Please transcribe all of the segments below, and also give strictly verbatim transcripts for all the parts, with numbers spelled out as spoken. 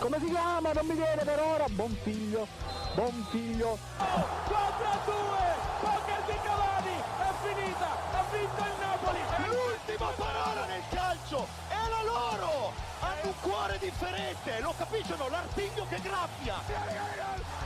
come si chiama? Non mi viene per ora. Buon figlio, buon figlio. quattro a due, poker di Cavani, è finita, ha vinto il Napoli. L'ultima parola nel calcio è la loro. Hanno un cuore differente, lo capiscono, l'artiglio che graffia.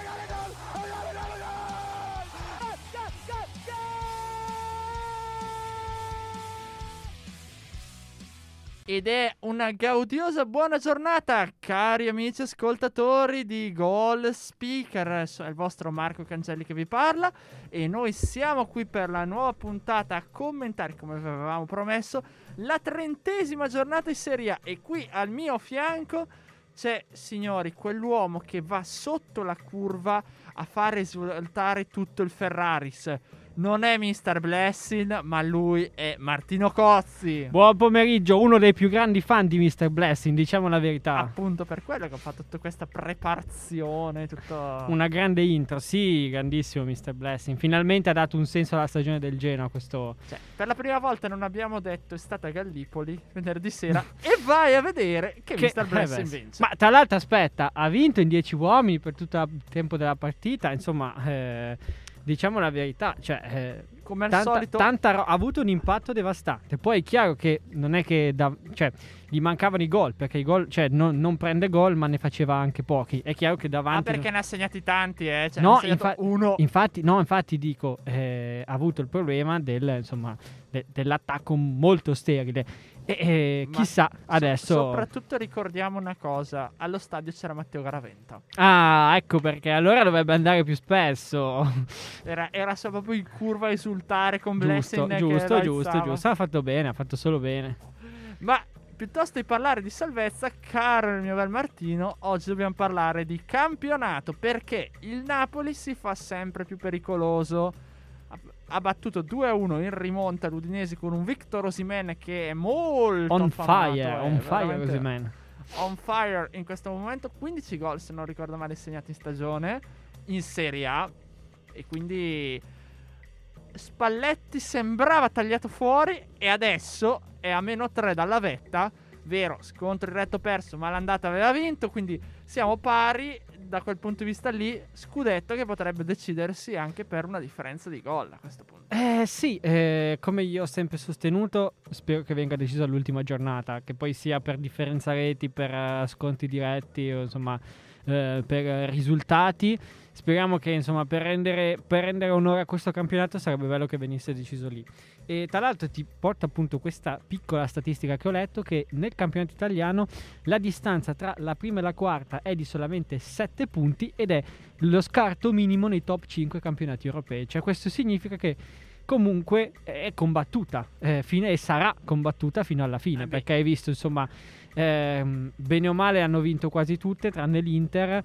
Ed è una gaudiosa buona giornata, cari amici ascoltatori di Goal Speaker. È il vostro Marco Cancelli che vi parla e noi siamo qui per la nuova puntata a commentare, come vi avevamo promesso, la trentesima giornata di Serie A. E qui al mio fianco c'è, signori, quell'uomo che va sotto la curva a fare esultare tutto il Ferraris. Non è mister Blessing, ma lui è Martino Cozzi. Buon pomeriggio, uno dei più grandi fan di mister Blessing, diciamo la verità. Appunto per quello che ho fatto tutta questa preparazione, tutto... Una grande intro, sì, grandissimo mister Blessing. Finalmente ha dato un senso alla stagione del Genoa questo... Cioè, per la prima volta non abbiamo detto è stata a Gallipoli venerdì sera e vai a vedere che, che mister Blessing eh vince. Ma tra l'altro aspetta, ha vinto in dieci uomini per tutto il tempo della partita, insomma... Eh... Diciamo la verità, cioè eh, come al tanta, solito tanta ro- ha avuto un impatto devastante. Poi è chiaro che non è che da, cioè, gli mancavano i gol, perché i gol, cioè non, non prende gol, ma ne faceva anche pochi. È chiaro che davanti Ah, perché ne ha segnati tanti, eh? Cioè, no, ne ha infa- uno. Infatti, no, infatti dico, eh, ha avuto il problema del, insomma, de- dell'attacco molto sterile. E eh, chissà so- adesso. Soprattutto ricordiamo una cosa: allo stadio c'era Matteo Garaventa. Ah, ecco perché allora dovrebbe andare più spesso. Era, era solo proprio in curva a esultare con Giusto, Blessing. giusto, che giusto, alzava. giusto. Ha fatto bene, ha fatto solo bene. Ma piuttosto di parlare di salvezza, caro il mio bel Martino, oggi dobbiamo parlare di campionato, perché il Napoli si fa sempre più pericoloso. Ha battuto due a uno in rimonta l'Udinese con un Victor Osimhen che è molto On affamato, fire, eh, on fire veramente Osimhen. on fire in questo momento. quindici gol, se non ricordo male, segnati in stagione in Serie A. E quindi Spalletti sembrava tagliato fuori e adesso è a meno tre dalla vetta. Vero, scontro diretto perso, ma l'andata aveva vinto, quindi siamo pari. Da quel punto di vista lì, scudetto che potrebbe decidersi anche per una differenza di gol a questo punto. Eh sì, eh, come io ho sempre sostenuto, spero che venga deciso all'ultima giornata, che poi sia per differenza reti, per uh, sconti diretti o insomma eh, per uh, risultati. Speriamo che insomma per rendere, per rendere onore a questo campionato sarebbe bello che venisse deciso lì. E tra l'altro ti porto appunto questa piccola statistica che ho letto, che nel campionato italiano la distanza tra la prima e la quarta è di solamente sette punti ed è lo scarto minimo nei top cinque campionati europei. Cioè questo significa che comunque è combattuta eh, fine, e sarà combattuta fino alla fine, eh perché hai visto insomma ehm, bene o male hanno vinto quasi tutte tranne l'Inter.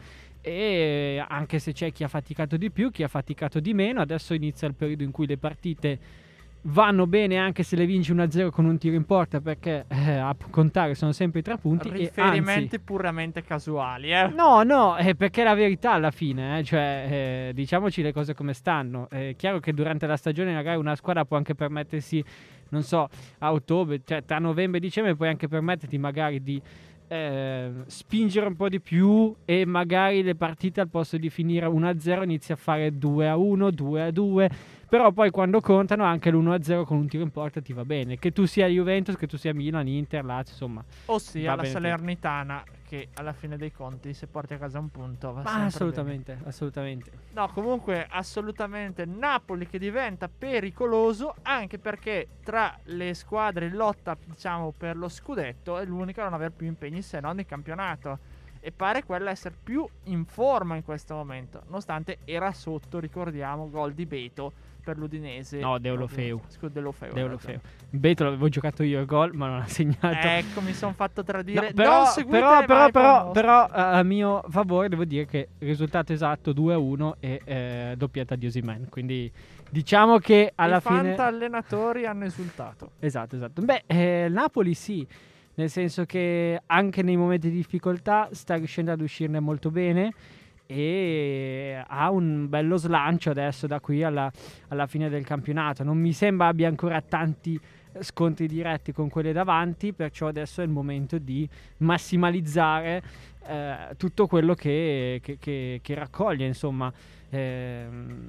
E anche se c'è chi ha faticato di più, chi ha faticato di meno, adesso inizia il periodo in cui le partite vanno bene anche se le vinci uno a zero con un tiro in porta, perché eh, a contare sono sempre i tre punti. Riferimenti e anzi, puramente casuali, eh? No, no, è perché è la verità alla fine, eh, cioè eh, diciamoci le cose come stanno. È chiaro che durante la stagione magari una squadra può anche permettersi, non so, a ottobre, cioè tra novembre e dicembre puoi anche permetterti magari di Eh, spingere un po' di più e magari le partite al posto di finire uno a zero inizi a fare due a uno, due a due, però poi quando contano anche l'uno a zero con un tiro in porta ti va bene, che tu sia Juventus, che tu sia Milan, Inter, Lazio, insomma, ossia la bene Salernitana, che alla fine dei conti se porti a casa un punto va ma sempre assolutamente, bene. assolutamente. No, comunque assolutamente Napoli che diventa pericoloso, anche perché tra le squadre in lotta, diciamo, per lo scudetto è l'unica a non aver più impegni se non di campionato, e pare quella essere più in forma in questo momento, nonostante era sotto, ricordiamo, gol di Beto per l'Udinese. No, Deulofeu. Scusa, Deulofeu. Deulofeu. Beto l'avevo giocato io il gol, ma non ha segnato. Ecco, mi sono fatto tradire. No, però, non seguite però, però, mai però, con però a a mio favore devo dire che il risultato esatto due a uno e eh, doppietta di Osimhen, quindi diciamo che alla i fine fanta allenatori hanno esultato. esatto, esatto. Beh, eh, Napoli sì, nel senso che anche nei momenti di difficoltà sta riuscendo ad uscirne molto bene e ha un bello slancio adesso da qui alla, alla fine del campionato. Non mi sembra abbia ancora tanti scontri diretti con quelle davanti, perciò adesso è il momento di massimalizzare eh, tutto quello che, che, che, che raccoglie, insomma. Eh,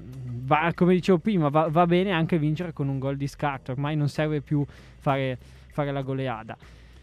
va, come dicevo prima, va, va bene anche vincere con un gol di scarto, ormai non serve più fare, fare la goleada.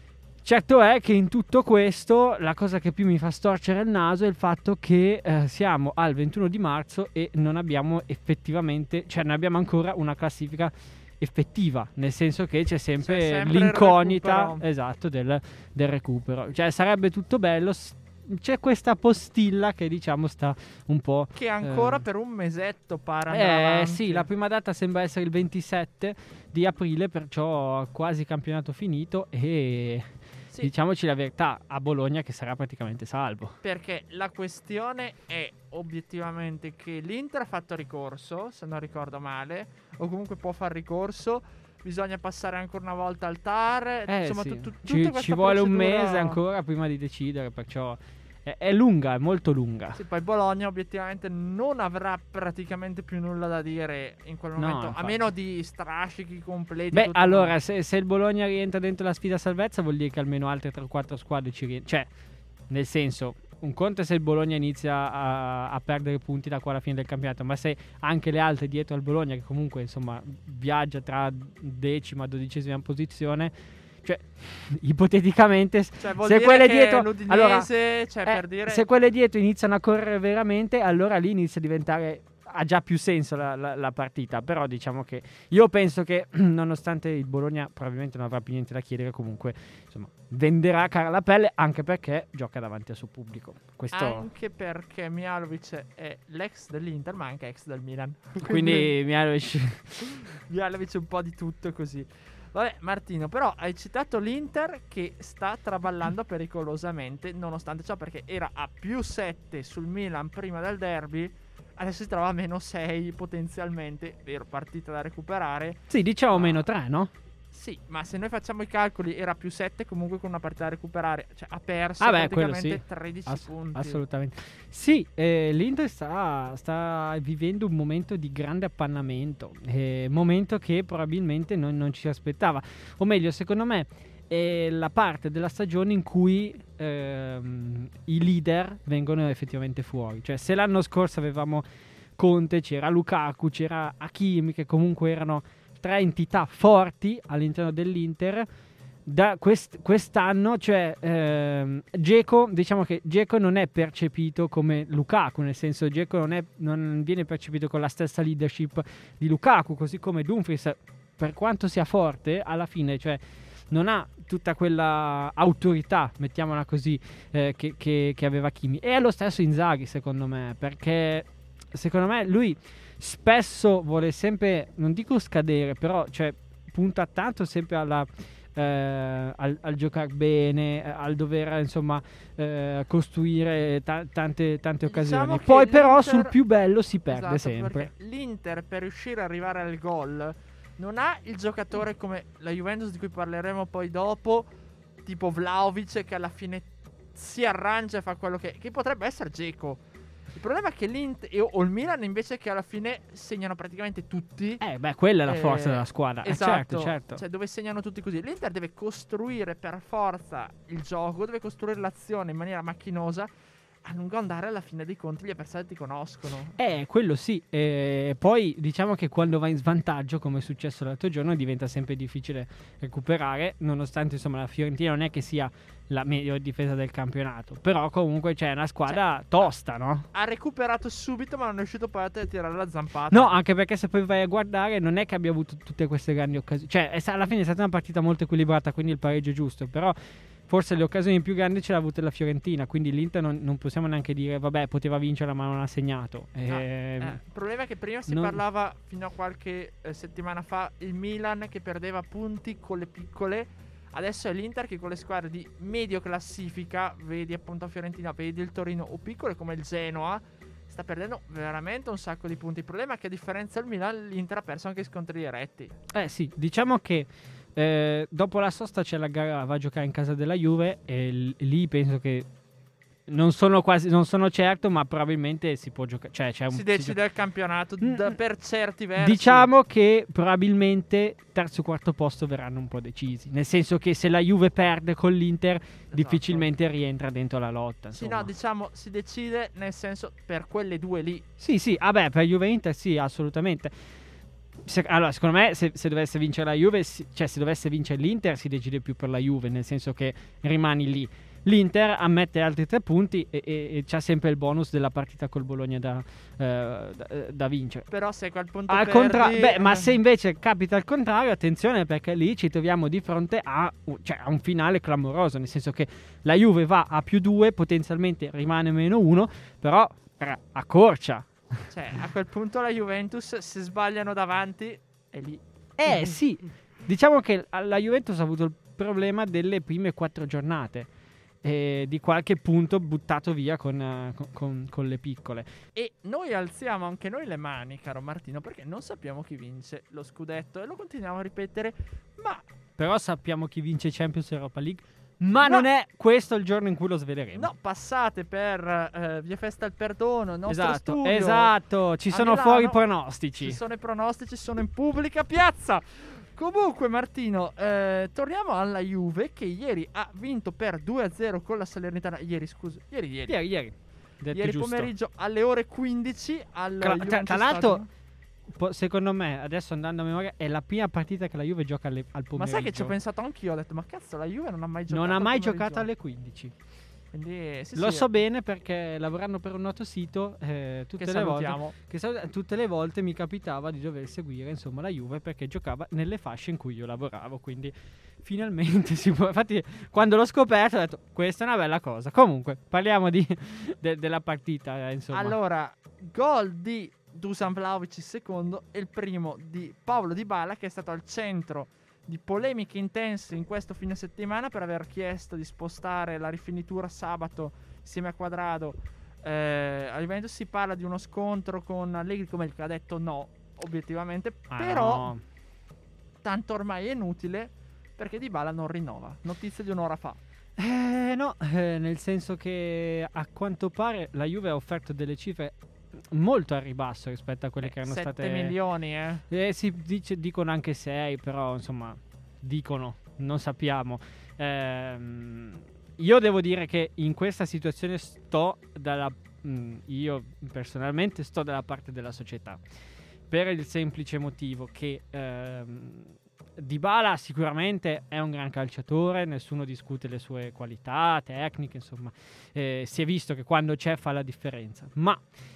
Certo è che in tutto questo la cosa che più mi fa storcere il naso è il fatto che eh, siamo al ventuno di marzo e non abbiamo effettivamente, cioè non abbiamo ancora una classifica effettiva, nel senso che c'è sempre, C'è sempre l'incognita, il recupero. esatto, del, del recupero. Cioè sarebbe tutto bello, s- c'è questa postilla che diciamo sta un po'... Che ancora eh, per un mesetto pare andrà eh avanti. sì, la prima data sembra essere il ventisette di aprile, perciò quasi campionato finito e... Sì, Diciamoci la verità, a Bologna che sarà praticamente salvo. perché la questione è obiettivamente che l'Inter ha fatto ricorso, se non ricordo male, o comunque può far ricorso. Bisogna passare ancora una volta al T A R. Eh Insomma, sì, tu- tu- ci, tutta ci questa vuole un procedura- mese ancora prima di decidere, perciò è, è lunga, è molto lunga. Sì, poi Bologna obiettivamente non avrà praticamente più nulla da dire in quel No, momento, a infatti. meno di strascichi completi. Beh, tutto, allora, ma- se, se il Bologna rientra dentro la sfida salvezza vuol dire che almeno altre tre o quattro squadre ci rientrano. Cioè, nel senso, un conto è se il Bologna inizia a, a perdere punti da qua alla fine del campionato, ma se anche le altre dietro al Bologna, che comunque insomma viaggia tra decima e dodicesima posizione, cioè ipoteticamente Cioè, vuol se dire quelle che dietro l'Udinese, allora, cioè, eh, per dire... se quelle dietro iniziano a correre veramente, allora lì inizia a diventare, ha già più senso la, la- la partita. Però diciamo che io penso che nonostante il Bologna probabilmente non avrà più niente da chiedere, comunque insomma venderà cara la pelle, anche perché gioca davanti al suo pubblico. Questo Anche perché Mihajlovic è l'ex dell'Inter, ma anche ex del Milan. quindi Mihajlovic Mihajlovic un po' di tutto così. Vabbè, Martino, però hai citato l'Inter che sta traballando pericolosamente, nonostante ciò, perché era a più sette sul Milan prima del derby, adesso si trova a meno sei potenzialmente, vero, partita da recuperare. sì, diciamo meno tre, no? Sì, ma se noi facciamo i calcoli era più sette comunque con una partita da recuperare, cioè ha perso Ah beh, quello praticamente sì. tredici Ass- punti. Assolutamente. Sì, eh, l'Inter sta, sta vivendo un momento di grande appannamento, eh, momento che probabilmente non, non ci aspettava. O meglio, secondo me, è la parte della stagione in cui ehm, i leader vengono effettivamente fuori. Cioè, se l'anno scorso avevamo Conte, c'era Lukaku, c'era Hakimi, che comunque erano tre entità forti all'interno dell'Inter, da quest- quest'anno, cioè ehm, Dzeko, diciamo che Dzeko non è percepito come Lukaku, nel senso Dzeko non, è, non viene percepito con la stessa leadership di Lukaku, così come Dumfries, per quanto sia forte, alla fine, cioè non ha tutta quella autorità, mettiamola così, eh, che, che, che aveva Kimi. E è lo stesso Inzaghi, secondo me, perché secondo me lui spesso vuole sempre, non dico scadere, però cioè punta tanto sempre alla eh, al, al giocare bene, eh, al dover insomma eh, costruire ta- tante, tante Diciamo occasioni. che Poi però l'Inter- sul più bello si perde Esatto, sempre. perché l'Inter per riuscire ad arrivare al gol non ha il giocatore come la Juventus di cui parleremo poi dopo, tipo Vlahovic, che alla fine si arrangia e fa quello che, che potrebbe essere Dzeko. Il problema è che l'Inter e- o il Milan invece che alla fine segnano praticamente tutti. Eh beh, quella è la Eh, forza della squadra. Eh, Esatto, certo, certo. cioè dove segnano tutti così. L'Inter deve costruire per forza il gioco, deve costruire l'azione in maniera macchinosa. A lungo andare, alla fine dei conti, gli avversari ti conoscono. Eh, quello sì. E poi diciamo che quando vai in svantaggio, come è successo l'altro giorno, diventa sempre difficile recuperare, nonostante insomma la Fiorentina non è che sia la miglior difesa del campionato, però comunque c'è una squadra tosta, no? Ha recuperato subito, ma non è riuscito poi a tirare la zampata. No, anche perché se poi vai a guardare non è che abbia avuto tutte queste grandi occasioni. Cioè, è sta- alla fine è stata una partita molto equilibrata, quindi il pareggio è giusto, però forse le occasioni più grandi ce l'ha avute la Fiorentina, quindi l'Inter non, non possiamo neanche dire vabbè, poteva vincere ma non ha segnato. No, Ehm, eh, il problema è che prima si non- parlava fino a qualche eh, settimana fa il Milan che perdeva punti con le piccole. Adesso è l'Inter che con le squadre di medio classifica, vedi appunto Fiorentina, vedi il Torino o piccole come il Genoa, sta perdendo veramente un sacco di punti. Il problema è che a differenza del Milan l'Inter ha perso anche i scontri diretti. Eh sì, diciamo che eh, dopo la sosta c'è la gara, va a giocare in casa della Juve e l- lì penso che non sono quasi non sono certo, ma probabilmente si può giocare, cioè c'è un Si decide gioca- il campionato Mm, da- mm. per certi versi. Diciamo che probabilmente terzo e quarto posto verranno un po' decisi, nel senso che se la Juve perde con l'Inter difficilmente rientra dentro la lotta, Sì, insomma. no, diciamo si decide nel senso per quelle due lì. Sì, sì, vabbè, per Juve Inter sì, assolutamente. Se- allora, secondo me se, se dovesse vincere la Juve, si- cioè se dovesse vincere l'Inter si decide più per la Juve, nel senso che rimani lì. L'Inter ammette altri tre punti e, e, e c'ha sempre il bonus della partita col Bologna da, eh, da, da vincere. Però se a quel punto Al perdi, contra- beh, ma eh, se invece capita il contrario, attenzione, perché lì ci troviamo di fronte a, cioè, a un finale clamoroso, nel senso che la Juve va a più due, potenzialmente rimane meno uno, però eh, accorcia. cioè, a quel punto la Juventus, se sbagliano davanti, è lì. Eh sì, diciamo che la Juventus ha avuto il problema delle prime quattro giornate. E di qualche punto buttato via con, eh, con- con- con le piccole. E noi alziamo anche noi le mani, caro Martino, perché non sappiamo chi vince lo scudetto e lo continuiamo a ripetere, ma Però sappiamo chi vince Champions Europa League. Ma No. non è questo il giorno in cui lo sveleremo. no, passate per eh, Via Festa al Perdono, il nostro Esatto, studio. esatto. Ci a sono Milano. fuori i pronostici. Ci sono i pronostici, sono in pubblica piazza. Comunque Martino, eh, torniamo alla Juve che ieri ha vinto per due a zero con la Salernitana. Ieri, scusa, ieri, ieri. Ieri, ieri. Detto Ieri giusto. pomeriggio alle ore quindici al Tra, tra- Juventus tra l'altro, Stadium. po- secondo me, adesso andando a memoria, è la prima partita che la Juve gioca alle- al Ma pomeriggio. sai che ci ho pensato anch'io, ho detto ma cazzo la Juve non ha mai giocato Non ha al mai pomeriggio. giocato alle quindici. Quindi, sì, Lo sì, so bene perché lavorando per un noto sito, eh, tutte, che le volte, salutiamo. che sal- tutte le volte mi capitava di dover seguire insomma la Juve perché giocava nelle fasce in cui io lavoravo. Quindi finalmente si può. Infatti, quando l'ho scoperto, ho detto: questa è una bella cosa. Comunque, parliamo di, de- della partita. eh, insomma, Allora, gol di Dusan Vlahovic il secondo e il primo di Paolo Dybala, che è stato al centro di polemiche intense in questo fine settimana per aver chiesto di spostare la rifinitura sabato insieme a Quadrado. Eh, a Juventus si parla di uno scontro con Allegri, come il che ha detto no, obiettivamente, ah, però no. tanto ormai è inutile perché Dybala non rinnova. Notizia di un'ora fa. Eh, no, eh, nel senso che a quanto pare la Juve ha offerto delle cifre molto a ribasso rispetto a quelle che erano sette state. milioni, eh. Eh, si dice, dicono anche sei, però insomma, dicono, non sappiamo. Ehm, io devo dire che in questa situazione sto dalla. mh, io personalmente sto dalla parte della società. Per il semplice motivo che ehm, Dybala sicuramente è un gran calciatore, nessuno discute le sue qualità tecniche, insomma, eh, si è visto che quando c'è fa la differenza. Ma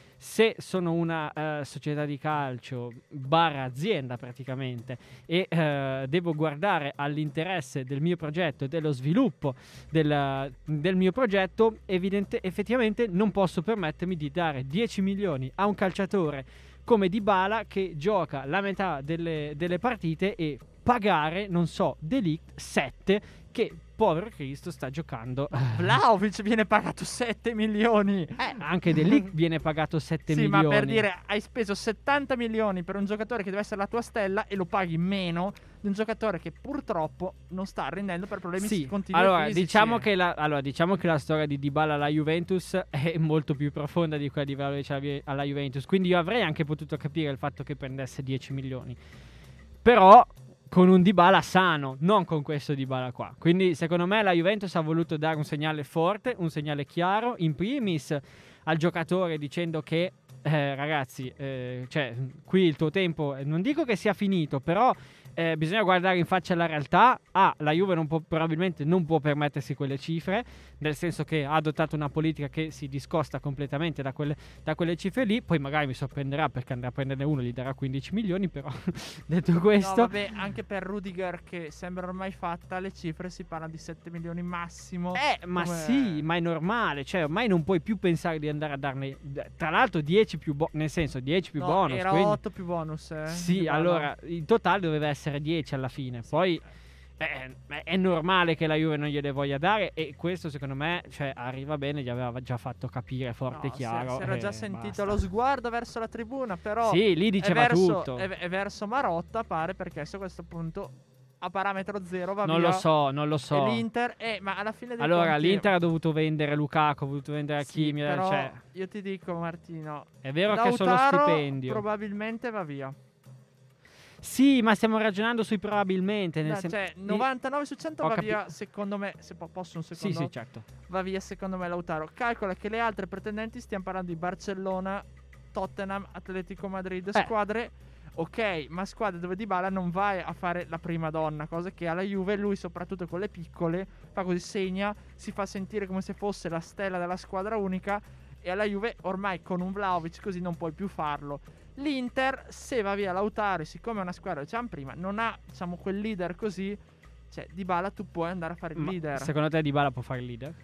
se sono una eh, società di calcio barra azienda praticamente e eh, devo guardare all'interesse del mio progetto e dello sviluppo del, del mio progetto, evidente, effettivamente non posso permettermi di dare dieci milioni a un calciatore come Dybala che gioca la metà delle, delle partite e pagare, non so, De Ligt sette che, povero Cristo, sta giocando. Vlahovic viene pagato sette milioni. Eh, anche De Ligt viene pagato sette sì, milioni. ma per dire, hai speso settanta milioni per un giocatore che deve essere la tua stella e lo paghi meno di un giocatore che purtroppo non sta rendendo per problemi Sì, continui allora fisici. diciamo, che la, allora diciamo che la storia di Dybala alla Juventus è molto più profonda di quella di Vlahovic alla- alla Juventus, quindi io avrei anche potuto capire il fatto che prendesse dieci milioni, però con un Dybala sano, non con questo Dybala qua. Quindi secondo me la Juventus ha voluto dare un segnale forte, un segnale chiaro, in primis al giocatore dicendo che eh, ragazzi, eh, cioè qui il tuo tempo, eh, non dico che sia finito, però eh, bisogna guardare in faccia la realtà. Ah, la Juve non può, probabilmente non può permettersi quelle cifre, nel senso che ha adottato una politica che si discosta completamente da quelle, da quelle cifre lì. Poi magari mi sorprenderà perché andrà a prenderne uno e gli darà quindici milioni, però detto questo, No, vabbè, anche per Rudiger che sembra ormai fatta, le cifre si parla di sette milioni massimo. Eh, ma Come- sì, ma è normale, cioè ormai non puoi più pensare di andare a darne, tra l'altro dieci più bonus, nel senso dieci più No, bonus, era quindi otto più bonus, eh. sì, Dybala. allora il totale doveva essere dieci alla fine. Poi eh, è normale che la Juve non gliele voglia dare e questo secondo me, cioè, arriva bene, gli aveva già fatto capire forte e No, chiaro. Si, si era già e sentito basta. lo sguardo verso la tribuna, però Sì, lì è diceva verso, tutto. è, è verso Marotta, pare, perché adesso a questo punto a parametro zero va Non via. lo so, non lo so. E l'Inter, eh, ma alla fine dei Allora, conti, l'Inter ha dovuto vendere Lukaku, ha voluto vendere sì, Hakimi, però cioè, io ti dico, Martino, è vero che è solo Lautaro stipendio. probabilmente va via. Sì, ma stiamo ragionando sui probabilmente. Nel No, sen- cioè, i- novantanove su cento Ho va capi- via, secondo me, se po- posso un Sì, secondo, sì, certo. va via secondo me Lautaro. Calcola che le altre pretendenti, stiamo parlando di Barcellona, Tottenham, Atletico Madrid, Eh. squadre, ok, ma squadre dove Dybala non vai a fare la prima donna, cosa che alla Juve lui, soprattutto con le piccole, fa così, segna, si fa sentire come se fosse la stella della squadra unica, e alla Juve ormai con un Vlahovic così non puoi più farlo. L'Inter, se va via Lautaro, siccome è una squadra, diciamo prima, non ha, diciamo, quel leader così, cioè Dybala tu puoi andare a fare il Ma leader. secondo te Dybala può fare il leader?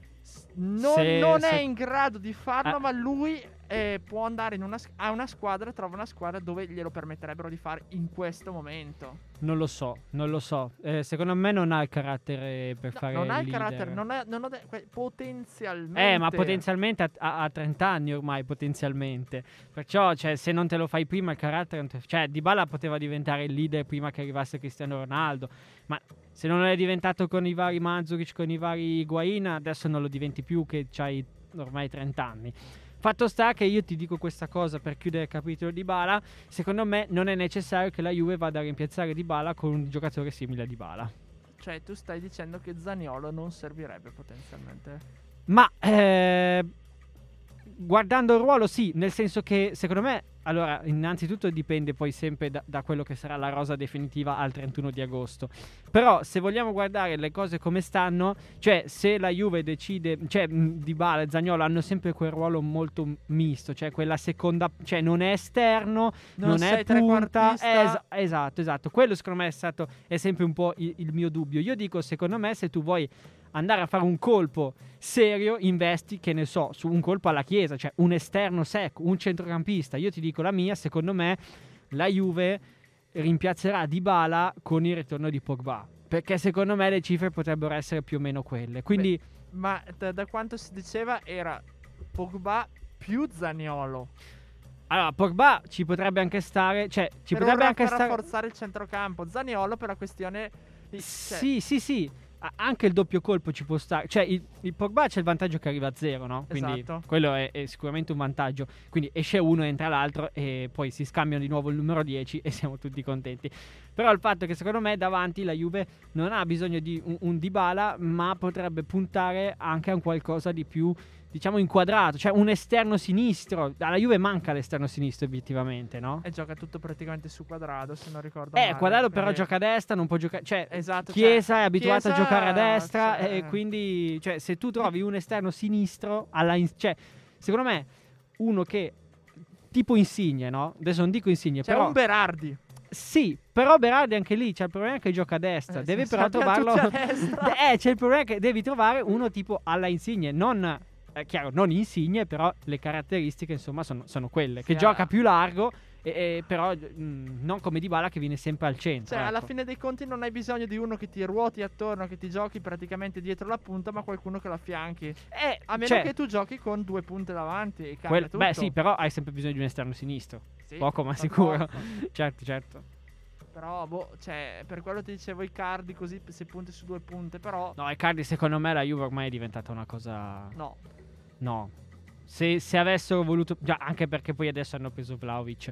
Non, se- non se- è in grado di farlo, Ah. ma lui eh, può andare in una, s- a una squadra, trova una squadra dove glielo permetterebbero di fare in questo momento. Non lo so, non lo so. Eh, secondo me non ha il carattere per No, fare non ha il leader. carattere, non ha, non ho de- que- potenzialmente. Eh, ma potenzialmente ha, ha- ha trenta anni ormai, potenzialmente. Perciò, cioè, se non te lo fai prima il carattere... non te- Cioè, Dybala poteva diventare il leader prima che arrivasse Cristiano Ronaldo. Ma se non è diventato con i vari Mandzukic, con i vari Higuain, adesso non lo diventi più che c'hai ormai trenta anni. Fatto sta che io ti dico questa cosa per chiudere il capitolo di Dybala. Secondo me non è necessario che la Juve vada a rimpiazzare Dybala con un giocatore simile a Dybala. Cioè, tu stai dicendo che Zaniolo non servirebbe potenzialmente. Ma eh, guardando il ruolo, sì, nel senso che secondo me, allora, innanzitutto dipende poi sempre da, da quello che sarà la rosa definitiva al trentuno di agosto. Però, se vogliamo guardare le cose come stanno, cioè, se la Juve decide, cioè, mh, Dybala e Zaniolo hanno sempre quel ruolo molto misto, cioè quella seconda, cioè, non è esterno, Non non, sei è punta. trequartista. Es- esatto, esatto. Quello secondo me è stato, è sempre un po' il, il mio dubbio. Io dico, secondo me, se tu vuoi andare a fare un colpo serio, investi, che ne so, su un colpo alla Chiesa, cioè un esterno secco, un centrocampista. Io ti dico la mia, secondo me la Juve rimpiazzerà Dybala con il ritorno di Pogba, perché secondo me le cifre potrebbero essere più o meno quelle. Quindi Ma da, da quanto si diceva era Pogba più Zaniolo. allora Pogba ci potrebbe anche stare, cioè ci per potrebbe ora- anche per stare. rafforzare il centrocampo. Zaniolo per la questione di, cioè, Sì, sì, sì. A- Anche il doppio colpo ci può stare. Cioè, il, il Pogba c'è il vantaggio che arriva a zero, no? Quindi Esatto. quello è, è sicuramente un vantaggio. Quindi esce uno, entra l'altro e poi si scambiano di nuovo il numero dieci e siamo tutti contenti. Però il fatto è che secondo me davanti la Juve non ha bisogno di un, un Dybala, ma potrebbe puntare anche a un qualcosa di più, diciamo, inquadrato. Cioè un esterno sinistro. Alla Juve manca l'esterno sinistro obiettivamente, no? E gioca tutto praticamente su Quadrado, se non ricordo Eh, male. Quadrado però Quindi- gioca a destra, non può giocare. Cioè, Esatto, Chiesa cioè, è abituato Chiesa, a giocare a destra. cioè- E quindi, cioè, se tu trovi un esterno sinistro, alla in- cioè, secondo me, uno che tipo Insigne, no? Adesso non dico Insigne, C'è però. un Berardi. Sì, però Berardi anche lì c'è il problema che gioca a destra. Eh, devi sì, però sappiamo trovarlo. tutti a destra. eh, c'è il problema che devi trovare uno tipo alla Insigne, non. È chiaro, non Insigne, però le caratteristiche insomma sono, sono quelle. Sì, che ah. gioca più largo, e, e però mh, non come Dybala che viene sempre al centro. Cioè, alla ecco. fine dei conti non hai bisogno di uno che ti ruoti attorno, che ti giochi praticamente dietro la punta, ma qualcuno che la affianchi. Eh, A meno cioè, che tu giochi con due punte davanti e cambia quel- tutto. beh, sì, però hai sempre bisogno di un esterno sinistro. Sì, Poco ma per sicuro. forza. certo, certo. Però, boh, cioè, per quello ti dicevo i cardi così, se punti su due punte, però... No, Icardi secondo me la Juve ormai è diventata una cosa. No. No. Se, se avessero voluto. Già, anche perché poi adesso hanno preso Vlahovic.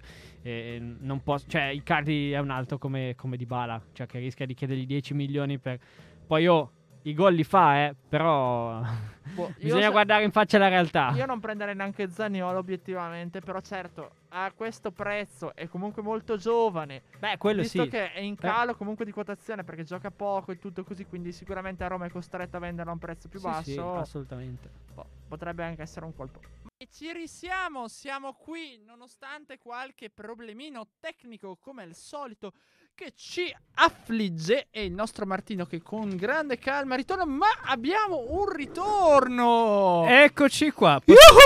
E non posso. Cioè, Icardi è un altro come, come Dybala. Cioè, che rischia di chiedergli dieci milioni per. Poi oh, i gol li fa, eh. Però. Boh, io bisogna se- guardare in faccia la realtà. Io non prenderei neanche Zaniolo obiettivamente, però certo, a questo prezzo è comunque molto giovane. Beh, quello Visto sì. che è in calo comunque di quotazione perché gioca poco e tutto così, quindi sicuramente a Roma è costretta a venderlo a un prezzo più Sì, basso. sì, assolutamente. Boh, potrebbe anche essere un colpo. E ci risiamo, siamo qui nonostante qualche problemino tecnico come al solito che ci affligge, e il nostro Martino che con grande calma ritorna, ma abbiamo un ritorno. Eccoci qua.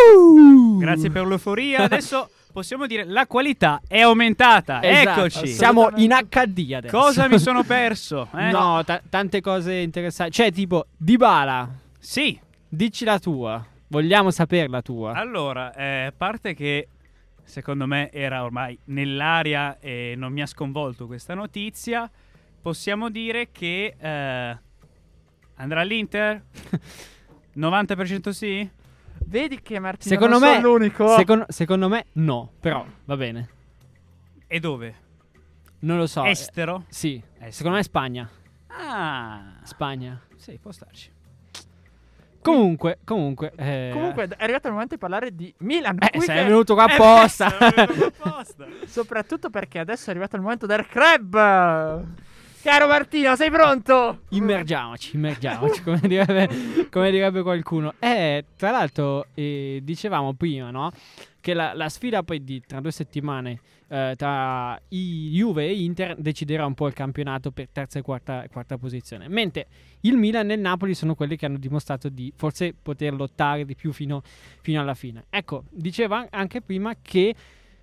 Grazie per l'euforia. Adesso possiamo dire la qualità è aumentata. Esatto, Eccoci. siamo in acca di adesso. Cosa mi sono perso? eh? No, ta- tante cose interessanti. Cioè, tipo, Dybala, Sì. dici la tua. Vogliamo sapere la tua. Allora, eh, a parte che secondo me era ormai nell'aria e non mi ha sconvolto questa notizia, possiamo dire che eh, andrà all'Inter? novanta per cento sì? Vedi che Martino Secondo non me, sono l'unico. secondo, secondo me no, però va bene. E dove? Non lo so. Estero? Eh, sì, Estero. secondo me Spagna. Ah, Spagna. sì, può starci. Comunque, comunque, eh, Comunque è arrivato il momento di parlare di Milan. eh, qui sei che- venuto qua Eh, apposta. beh, sono venuto apposta. Soprattutto perché adesso è arrivato il momento del club. Caro Martino, sei pronto? Immergiamoci, immergiamoci, come direbbe, come direbbe qualcuno. Eh, tra l'altro, eh, dicevamo prima, no? Che la, la sfida poi di tra due settimane eh, tra i Juve e Inter deciderà un po' il campionato per terza e quarta, quarta posizione. Mentre il Milan e il Napoli sono quelli che hanno dimostrato di forse poter lottare di più fino, fino alla fine. Ecco, diceva anche prima che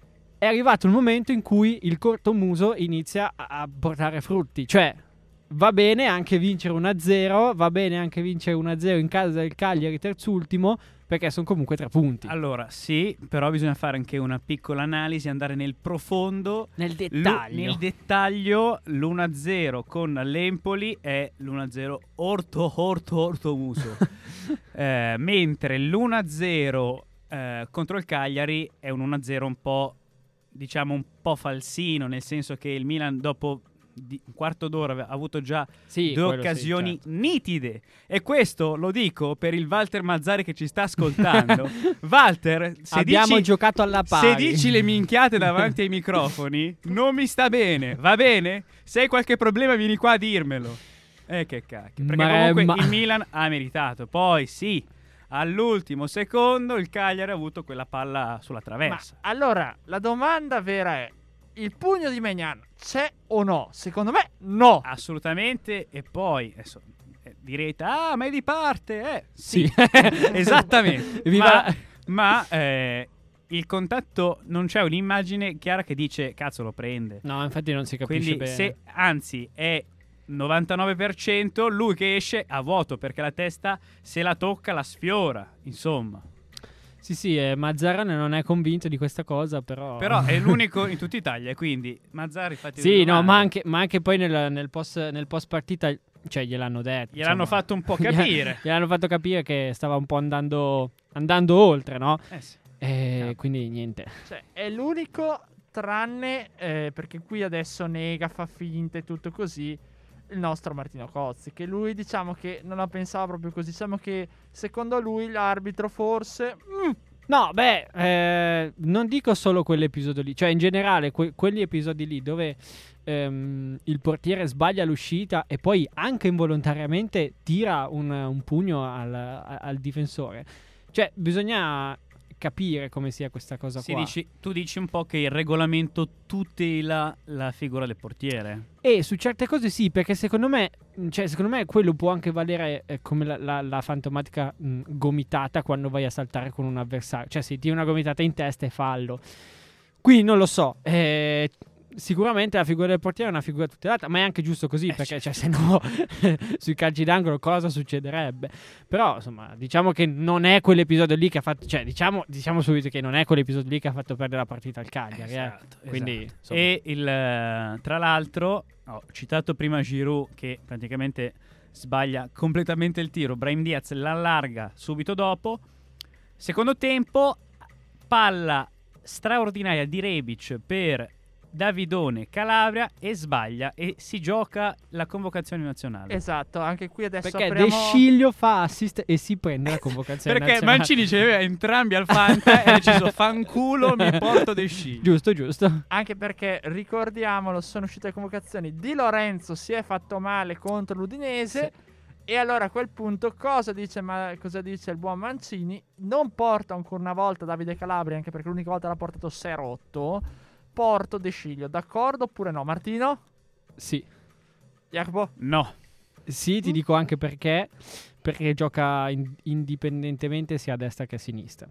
è arrivato il momento in cui il cortomuso inizia a, a portare frutti. Cioè, va bene anche vincere uno a zero, va bene anche vincere uno a zero in casa del Cagliari terzultimo, perché sono comunque tre punti. Allora, sì, però bisogna fare anche una piccola analisi, andare nel profondo. Nel Lu- dettaglio. nel dettaglio, l'uno a zero con l'Empoli è l'uno a zero orto, orto, orto muso. eh, mentre l'uno a zero eh, contro il Cagliari è un uno a zero un po', diciamo, un po' falsino, nel senso che il Milan dopo di- un quarto d'ora ha avuto già Sì, due quello sì, occasioni certo. nitide. E questo lo dico per il Walter Mazzari che ci sta ascoltando. Walter, se Abbiamo dici, giocato alla se pari. dici le minchiate davanti ai microfoni, non mi sta bene, va bene? Se hai qualche problema vieni qua a dirmelo. Eh che cacchio, perché Ma- comunque ma- il Milan ha meritato. Poi sì, all'ultimo secondo il Cagliari ha avuto quella palla sulla Ma traversa. allora, la domanda vera è: il pugno di Maignan c'è o no? Secondo me no. Assolutamente. E poi adesso eh, direte, ah, ma è di parte, eh. Sì, Sì. esattamente. Viva- Ma, ma, eh, il contatto, non c'è un'immagine chiara che dice cazzo lo prende. No, infatti non si capisce Quindi bene. se, anzi, è novantanove per cento, lui che esce a vuoto perché la testa se la tocca la sfiora, insomma. Sì, sì, eh, Mazzarone non è convinto di questa cosa, però... Però è l'unico in tutta Italia, quindi Mazzari fatti Sì, due no, domande. ma anche, ma anche poi nel, nel post, nel post partita, cioè gliel'hanno detto. Gliel'hanno insomma. fatto un po' Gliela- capire. Gliel'hanno fatto capire che stava un po' andando, andando oltre, no? Eh sì. E No. quindi niente. Cioè, è l'unico, tranne eh, perché qui adesso nega, fa finta e tutto così, il nostro Martino Cozzi, che lui diciamo che non la pensava proprio così. Diciamo che secondo lui l'arbitro forse... mm, No, beh, eh, non dico solo quell'episodio lì, cioè in generale que- quegli episodi lì dove ehm, il portiere sbaglia l'uscita e poi anche involontariamente tira un, un pugno al, a- al difensore. Cioè, bisogna capire come sia questa cosa Si qua. dici- tu dici un po' che il regolamento tutela la figura del portiere. E su certe cose sì, perché secondo me, cioè, secondo me quello può anche valere eh, come la, la- la fantomatica mh, gomitata quando vai a saltare con un avversario. Cioè, se ti una gomitata in testa è fallo. Qui non lo so. eh, sicuramente la figura del portiere è una figura tutelata, ma è anche giusto così, Eh, perché certo. cioè, se no sui calci d'angolo cosa succederebbe? Però, insomma, diciamo che non è quell'episodio lì che ha fatto, cioè, diciamo, diciamo subito che non è quell'episodio lì che ha fatto perdere la partita al Cagliari, eh. Esatto, Quindi, esatto. insomma. E il, eh, tra l'altro, ho citato prima Giroud che praticamente sbaglia completamente il tiro. Brahim Diaz l'allarga subito dopo. Secondo tempo, palla straordinaria di Rebic per Davidone Calabria e sbaglia e si gioca la convocazione nazionale. esatto, anche qui adesso Perché apriamo... De Sciglio fa assist e si prende la convocazione Perché nazionale. Mancini ce li aveva entrambi al Fanta e ha deciso fanculo mi porto De Sciglio. Giusto, giusto. Anche perché, ricordiamolo, sono uscite le convocazioni. Di Lorenzo si è fatto male contro l'Udinese. E allora a quel punto cosa dice, ma, cosa dice il buon Mancini? Non porta ancora una volta Davide Calabria, anche perché l'unica volta l'ha portato si è rotto. Porto De Sciglio, d'accordo oppure no? Martino? Sì. Jacopo? No. Sì, ti dico anche perché. Perché gioca in- indipendentemente sia a destra che a sinistra.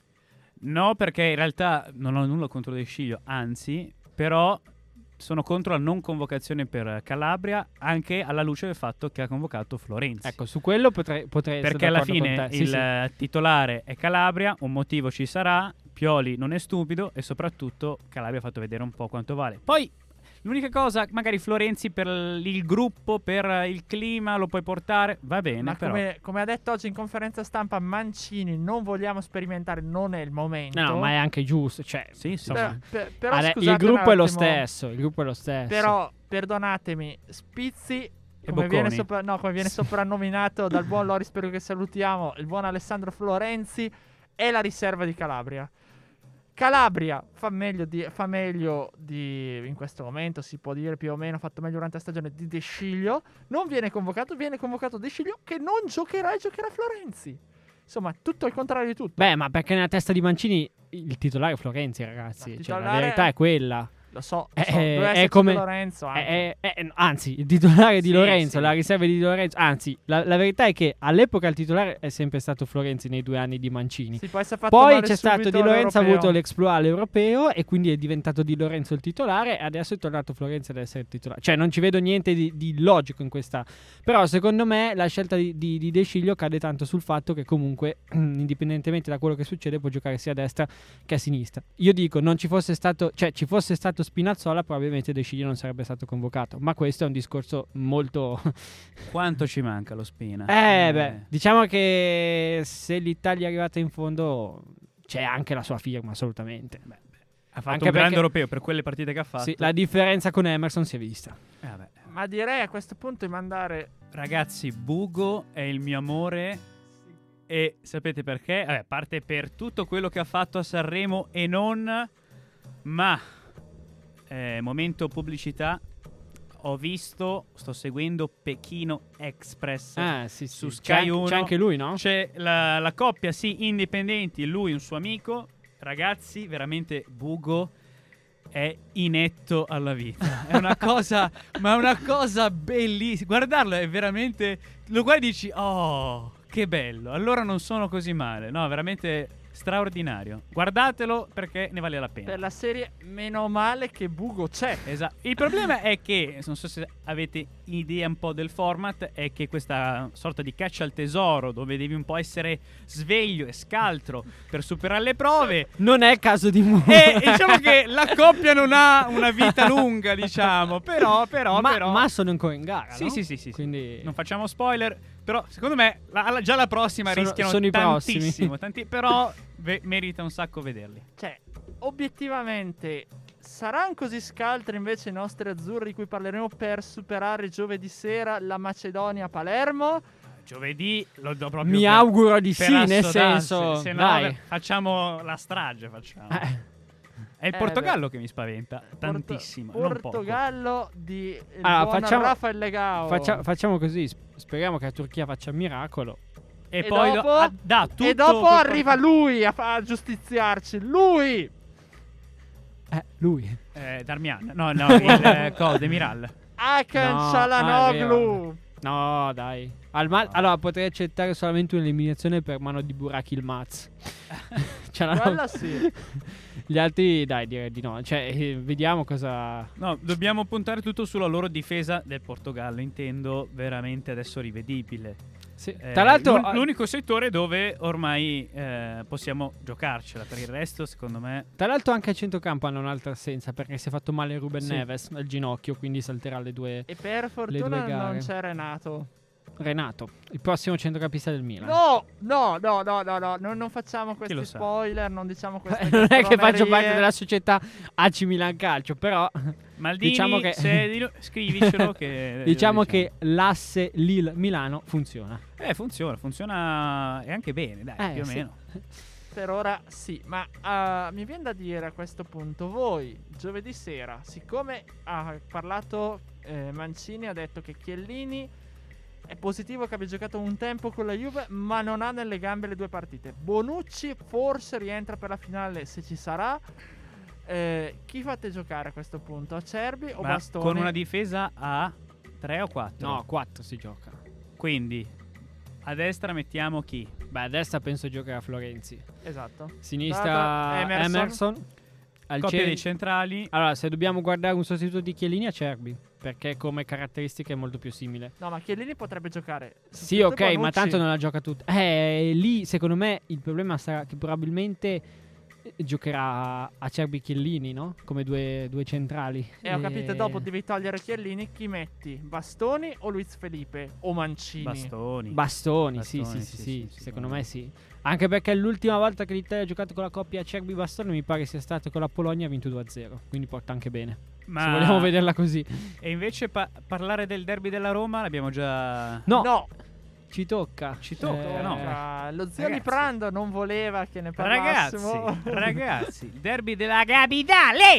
No, perché in realtà non ho nulla contro De Sciglio, anzi, però sono contro la non convocazione per Calabria, anche alla luce del fatto che ha convocato Florenzi. Ecco, su quello potrei, potrei essere Perché alla d'accordo con fine te. Sì, il sì. eh, titolare è Calabria, un motivo ci sarà, Pioli non è stupido e soprattutto Calabria ha fatto vedere un po' quanto vale. Poi L'unica cosa, magari Florenzi per il gruppo, per il clima lo puoi portare, va bene, Ma però. come, come ha detto oggi in conferenza stampa Mancini, non vogliamo sperimentare, non è il momento. No, ma è anche giusto. Cioè, Sì, sì, Per- sì. per- però Ale- scusate il gruppo un è lo attimo, stesso. Il gruppo è lo stesso. Però, perdonatemi, Spizzi, come Bocconi. viene, sopra- no, come viene soprannominato dal buon Loris, spero che salutiamo, il buon Alessandro Florenzi, è la riserva di Calabria. Calabria fa meglio, di, fa meglio di, in questo momento si può dire più o meno, ha fatto meglio durante la stagione di De Sciglio, non viene convocato, viene convocato De Sciglio che non giocherà e giocherà Florenzi. Insomma, tutto il contrario di tutto. Beh, ma perché nella testa di Mancini il titolare è Florenzi, ragazzi. No, Cioè, la titolare- verità è quella. Lo so, lo È- so, doveva è esserci come- De Lorenzo anche. È- è- è- anzi, il titolare di Sì, Lorenzo, sì. la riserva di Di Lorenzo. Anzi, la, la verità è che all'epoca il titolare è sempre stato Florenzi nei due anni di Mancini. Sì, poi si è fatto Poi male c'è stato subito Di Lorenzo, ha all'Europeo. avuto l'exploit all'europeo e quindi è diventato Di Lorenzo il titolare. E adesso è tornato Florenzi ad essere il titolare. Cioè, non ci vedo niente di, di logico in questa. Però, secondo me, la scelta di, di, di De Sciglio cade tanto sul fatto che, comunque, indipendentemente da quello che succede, può giocare sia a destra che a sinistra. Io dico, non ci fosse stato, cioè, ci fosse stato Spinazzola, probabilmente De Sciglio non sarebbe stato convocato. Ma questo è un discorso molto. Quanto ci manca lo Spina? Eh, beh, diciamo che se l'Italia è arrivata in fondo, c'è anche la sua firma, assolutamente. Beh, ha fatto Anche un grande perché- europeo per quelle partite che ha fatto. Sì, la differenza con Emerson si è vista. Eh, vabbè. Ma direi a questo punto di mandare Ragazzi, Bugo è il mio amore. E sapete perché? Vabbè, a parte per tutto quello che ha fatto a Sanremo e non. Ma eh, momento pubblicità. Ho visto, sto seguendo Pechino Express Ah, sì, sì. su C'è Sky anche- uno. C'è anche lui, no? C'è la, la coppia, sì, indipendenti, lui un suo amico. Ragazzi, veramente Bugo è inetto alla vita. È una cosa, ma è una cosa bellissima. Guardarlo è veramente. Lo guardi e dici, oh, che bello. Allora non sono così male. No, veramente straordinario. Guardatelo perché ne vale la pena. per la serie meno male che Bugo c'è. Esatto. Il problema è che, non so se avete idea un po' del format, è che questa sorta di caccia al tesoro dove devi un po' essere sveglio e scaltro per superare le prove. Non è caso di Mu. E diciamo che la coppia non ha una vita lunga, diciamo. Però, però, ma, però. ma sono ancora in gara, Sì, no? sì, sì, sì, sì. Quindi Non facciamo spoiler. Però, secondo me, la- la- già la prossima Sono- rischiano sono i tantissimo. prossimi. tanti- però ve- merita un sacco vederli. Cioè, obiettivamente, saranno così scaltri invece i nostri azzurri di cui parleremo per superare giovedì sera la Macedonia-Palermo? Giovedì lo do proprio. mi per- auguro di per sì, nel assodarsi, senso, se no, dai. facciamo la strage. Facciamo. Eh. È il Eh, Portogallo che mi spaventa Porto- tantissimo. non poco. Portogallo di il Allora, buon facciamo- Rafael Legao. Faccia- facciamo così, sp- speriamo che la Turchia faccia un miracolo. E, E poi dopo- do- ah, dà tutto e dopo col arriva Porto- lui a, fa- a giustiziarci. Lui! Eh, lui. Eh, Darmian. No, no, il eh, cosa, Demiral. Hakan No, Çalhanoğlu. No, dai. Al ma- allora potrei accettare solamente un'eliminazione per mano di Burak Yilmaz. Cioè, no, Quella sì. Gli altri, dai, direi di no. Cioè, eh, vediamo cosa. No, dobbiamo puntare tutto sulla loro difesa del Portogallo. Intendo veramente adesso rivedibile. Sì. Eh, Tra l'altro, l'un- l'unico settore dove ormai eh, possiamo giocarcela. Per il resto, secondo me. tra l'altro anche a centrocampo hanno un'altra assenza perché si è fatto male Ruben Sì. Neves al ginocchio, quindi salterà le due. E per due fortuna gare. non c'è Renato. Renato, il prossimo centrocampista del Milan. No, no, no, no, no, no. Non, non facciamo questi lo sa? spoiler, non diciamo queste non è che faccio castronerie. parte della società A C Milan Calcio, però Maldini, Diciamo che- se di- scrivicelo che diciamo che l'asse Lille-Milano funziona. Eh, funziona, funziona e anche bene, dai, Eh, più o sì. meno. Per ora sì, ma ah, mi viene da dire a questo punto, voi giovedì sera, siccome ha parlato eh, Mancini, ha detto che Chiellini è positivo che abbia giocato un tempo con la Juve, ma non ha nelle gambe le due partite. Bonucci forse rientra per la finale se ci sarà. Eh, chi fate giocare a questo punto? Acerbi o Ma Bastoni? con una difesa a tre o quattro? No, quattro si gioca. Quindi a destra mettiamo chi? Beh, a destra penso giocherà Florenzi. Esatto. Sinistra Data Emerson. Emerson. Al Coppia ce- dei centrali. Allora, se dobbiamo guardare un sostituto di Chiellini, Acerbi, perché come caratteristiche è molto più simile. No, ma Chiellini potrebbe giocare. Sì, sostituto ok, ma Bonucci. tanto non la gioca tutta. Eh, lì secondo me il problema sarà che probabilmente giocherà Acerbi Chiellini, no? Come due, due centrali. E ho capito, dopo devi togliere Chiellini, chi metti? Bastoni o Luiz Felipe? O Mancini? Bastoni. Bastoni, sì, Bastoni, sì, sì, sì, sì, sì, secondo sì. me sì. Anche perché l'ultima volta che l'Italia ha giocato con la coppia Acerbi-Bastoni mi pare sia stato con la Polonia e ha vinto due a zero, quindi porta anche bene. Ma... Se vogliamo vederla così. E invece pa- parlare del derby della Roma l'abbiamo già... No, No, ci tocca. Ci tocca, Eh, no? Ah, lo zio Ragazzi. Liprando non voleva che ne Ragazzi, parlassimo. ragazzi, il derby della capitale!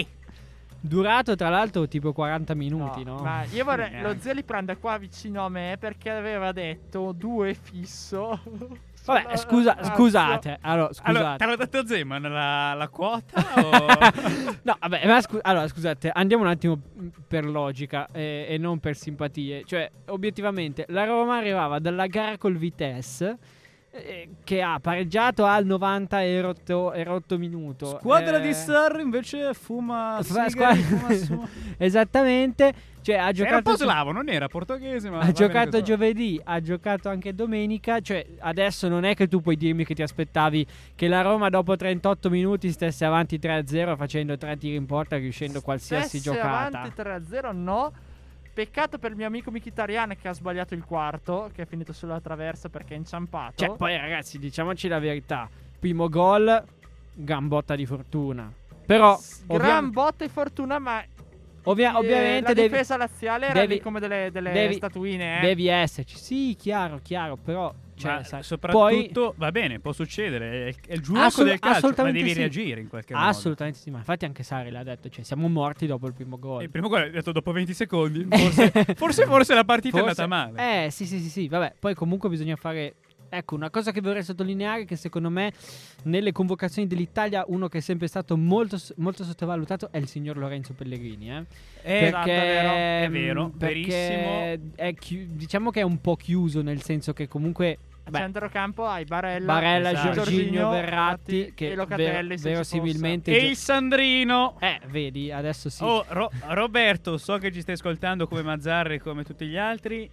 Durato tra l'altro tipo quaranta minuti, no? Ma io vorrei. Sì, Lo anche. zio Liprando è qua vicino a me perché aveva detto due fisso. Vabbè, Sulla- scusa, cazzo. scusate. Allora, Allora, scusate. te l'ha detto Zeman la, la quota o... No, vabbè, ma scu- allora scusate, andiamo un attimo per logica eh, e non per simpatie. Cioè, obiettivamente, la Roma arrivava dalla gara col Vitesse eh, che ha pareggiato al novanta e rotto, e rotto minuto. Squadra Eh, di Sarri invece fuma fa- sigari, squadra- fuma su- Esattamente. Cioè, ha Era un giocato po' slavo, non era portoghese, ma... Ha va bene giocato così. giovedì, ha giocato anche domenica. Cioè, adesso non è che tu puoi dirmi che ti aspettavi che la Roma dopo trentotto minuti stesse avanti tre a zero facendo tre tiri in porta, riuscendo qualsiasi Stesse giocata. avanti tre a zero, no. Peccato per il mio amico Mkhitaryan che ha sbagliato il quarto, che è finito sulla traversa perché è inciampato. Cioè, poi ragazzi, diciamoci la verità. Primo gol, gran botta di fortuna. Però, S- ovvia- gran botta e fortuna, ma ovvia- eh, ovviamente la devi, difesa laziale era devi- lì come delle, delle devi- statuine, eh. devi esserci. Sì, chiaro, chiaro, però... Cioè, Ma sai, soprattutto, va bene, può succedere, è, è il gioco Assolut- del calcio, ma assolutamente devi sì. reagire in qualche poi, modo. assolutamente sì. Ma infatti anche Sarri l'ha detto. Cioè, siamo morti dopo il primo gol. Il primo gol è detto dopo venti secondi, forse, forse, forse la partita Forse- è andata male. Eh, sì, sì, sì, sì. Vabbè, poi comunque bisogna fare... Ecco, una cosa che vorrei sottolineare è che secondo me nelle convocazioni dell'Italia uno che è sempre stato molto, molto sottovalutato è il signor Lorenzo Pellegrini, eh. Eh, esatto, è vero, è vero, mm, perché verissimo. è chi- diciamo che è un po' chiuso, nel senso che comunque A beh, centrocampo hai Barella, Barella, esatto. Giorginio, Verratti, che e Locatelli, ver- se ci verosimilmente E gio- il Sandrino. eh, vedi, adesso sì. Oh, Ro- Roberto, so che ci stai ascoltando come Mazzarri e come tutti gli altri.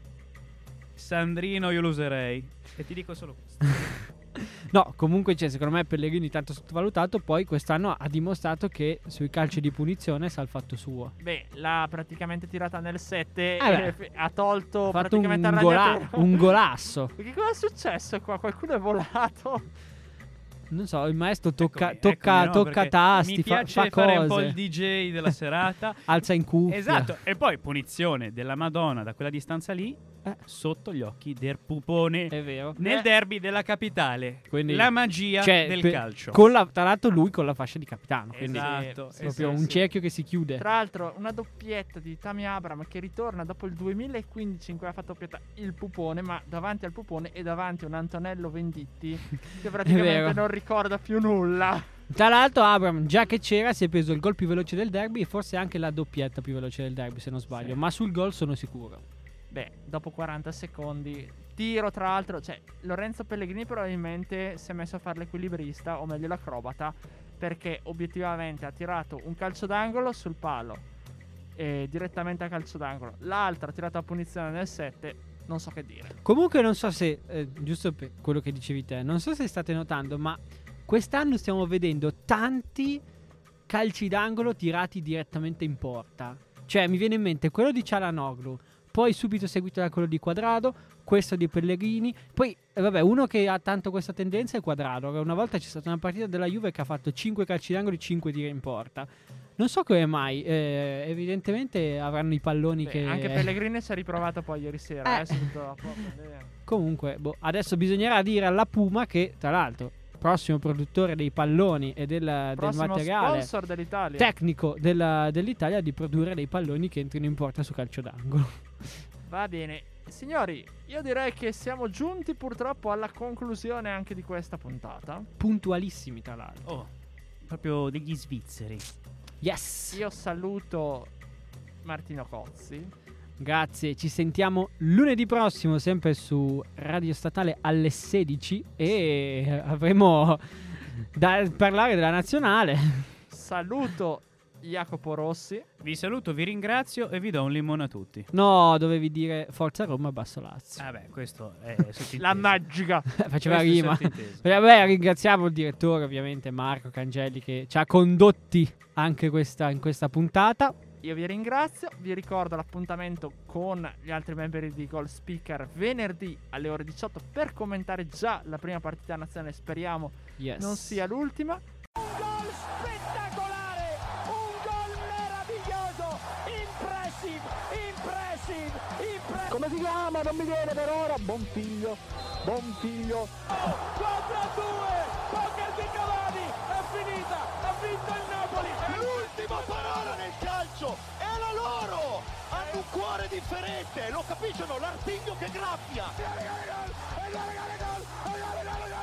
Sandrino io lo userei. E ti dico solo questo. No, comunque c'è, secondo me Pellegrini tanto sottovalutato, poi quest'anno ha dimostrato che sui calci di punizione sa il fatto suo. Beh, l'ha praticamente tirata nel sette Eh e beh. f- ha tolto Ha fatto un, praticamente al gola- ragnatelo. un golasso. Che cosa è successo qua? Qualcuno è volato. Non so, il maestro tocca, Eccomi, tocca, eccomi, no, tocca perché tasti, mi fa, piace fa fare cose, un po' il D J della serata. alza in cuffia. Esatto, e poi punizione della Madonna da quella distanza lì, Eh. sotto gli occhi del pupone. È vero. Nel Eh. derby della capitale. Quindi- la magia Cioè, del per- calcio. Con la, tra l'altro lui con la fascia di capitano, quindi Esatto, è proprio esatto. un cerchio che si chiude. Tra l'altro, una doppietta di Tammy Abraham che ritorna dopo il duemilaquindici in cui ha fatto doppietta il pupone, ma davanti al pupone e davanti a un Antonello Venditti che praticamente vero. non ricorda più nulla. Tra l'altro Abram, già che c'era, si è preso il gol più veloce del derby e forse anche la doppietta più veloce del derby, se non sbaglio. Sì. Ma sul gol sono sicuro. Beh, dopo quaranta secondi, tiro tra l'altro, cioè Lorenzo Pellegrini probabilmente si è messo a fare l'equilibrista, o meglio l'acrobata, perché obiettivamente ha tirato un calcio d'angolo sul palo, e direttamente a calcio d'angolo. L'altra ha tirato a punizione nel sette, non so che dire. Comunque non so se, eh, giusto per quello che dicevi te, non so se state notando, ma quest'anno stiamo vedendo tanti calci d'angolo tirati direttamente in porta. Cioè mi viene in mente quello di Çalhanoğlu, poi subito seguito da quello di Quadrado, questo di Pellegrini. Poi eh, vabbè, uno che ha tanto questa tendenza è Quadrado. Una volta c'è stata una partita della Juve che ha fatto cinque calci d'angolo e cinque tiri in porta. Non so come mai, eh, evidentemente avranno i palloni Beh, che... Anche Pellegrini ci ha riprovato poi ieri sera, Eh. eh, subito dopo. quindi- Comunque, boh, adesso bisognerà dire alla Puma che, tra l'altro, prossimo produttore dei palloni e del, del Prossimo materiale sponsor dell'Italia. tecnico della- dell'Italia di produrre dei palloni che entrino in porta su calcio d'angolo. Va bene. Signori, io direi che siamo giunti purtroppo alla conclusione anche di questa puntata. Puntualissimi, tra l'altro. Oh, proprio degli svizzeri. Yes! Io saluto Martino Cozzi. Grazie, ci sentiamo lunedì prossimo, sempre su Radio Statale alle sedici. E avremo da parlare della nazionale. Saluto Jacopo Rossi. Vi saluto, vi ringrazio e vi do un limone a tutti. No, dovevi dire Forza Roma, Basso Lazio. Ah beh, questo è sottinteso. La magica. Faceva Questo è rima. sottinteso. Vabbè, ringraziamo il direttore, ovviamente, Marco Cangelli, che ci ha condotti anche questa, in questa puntata. Io vi ringrazio, vi ricordo l'appuntamento con gli altri membri di Goal Speaker venerdì alle ore diciotto per commentare già la prima partita nazionale, speriamo Yes. non sia l'ultima. Un gol spettacolare, un gol meraviglioso, impressive, impressive, impressive. Come si chiama? Non mi viene per ora. Buon figlio, buon figlio. quattro a due, poker di Cavani, è finita, ha vinto il Napoli. È l'ultima parola nel calcio, è la loro! Hanno un cuore differente, lo capiscono? L'artiglio che graffia! Gol, gol, gol, gol, gol, gol, gol, gol, gol,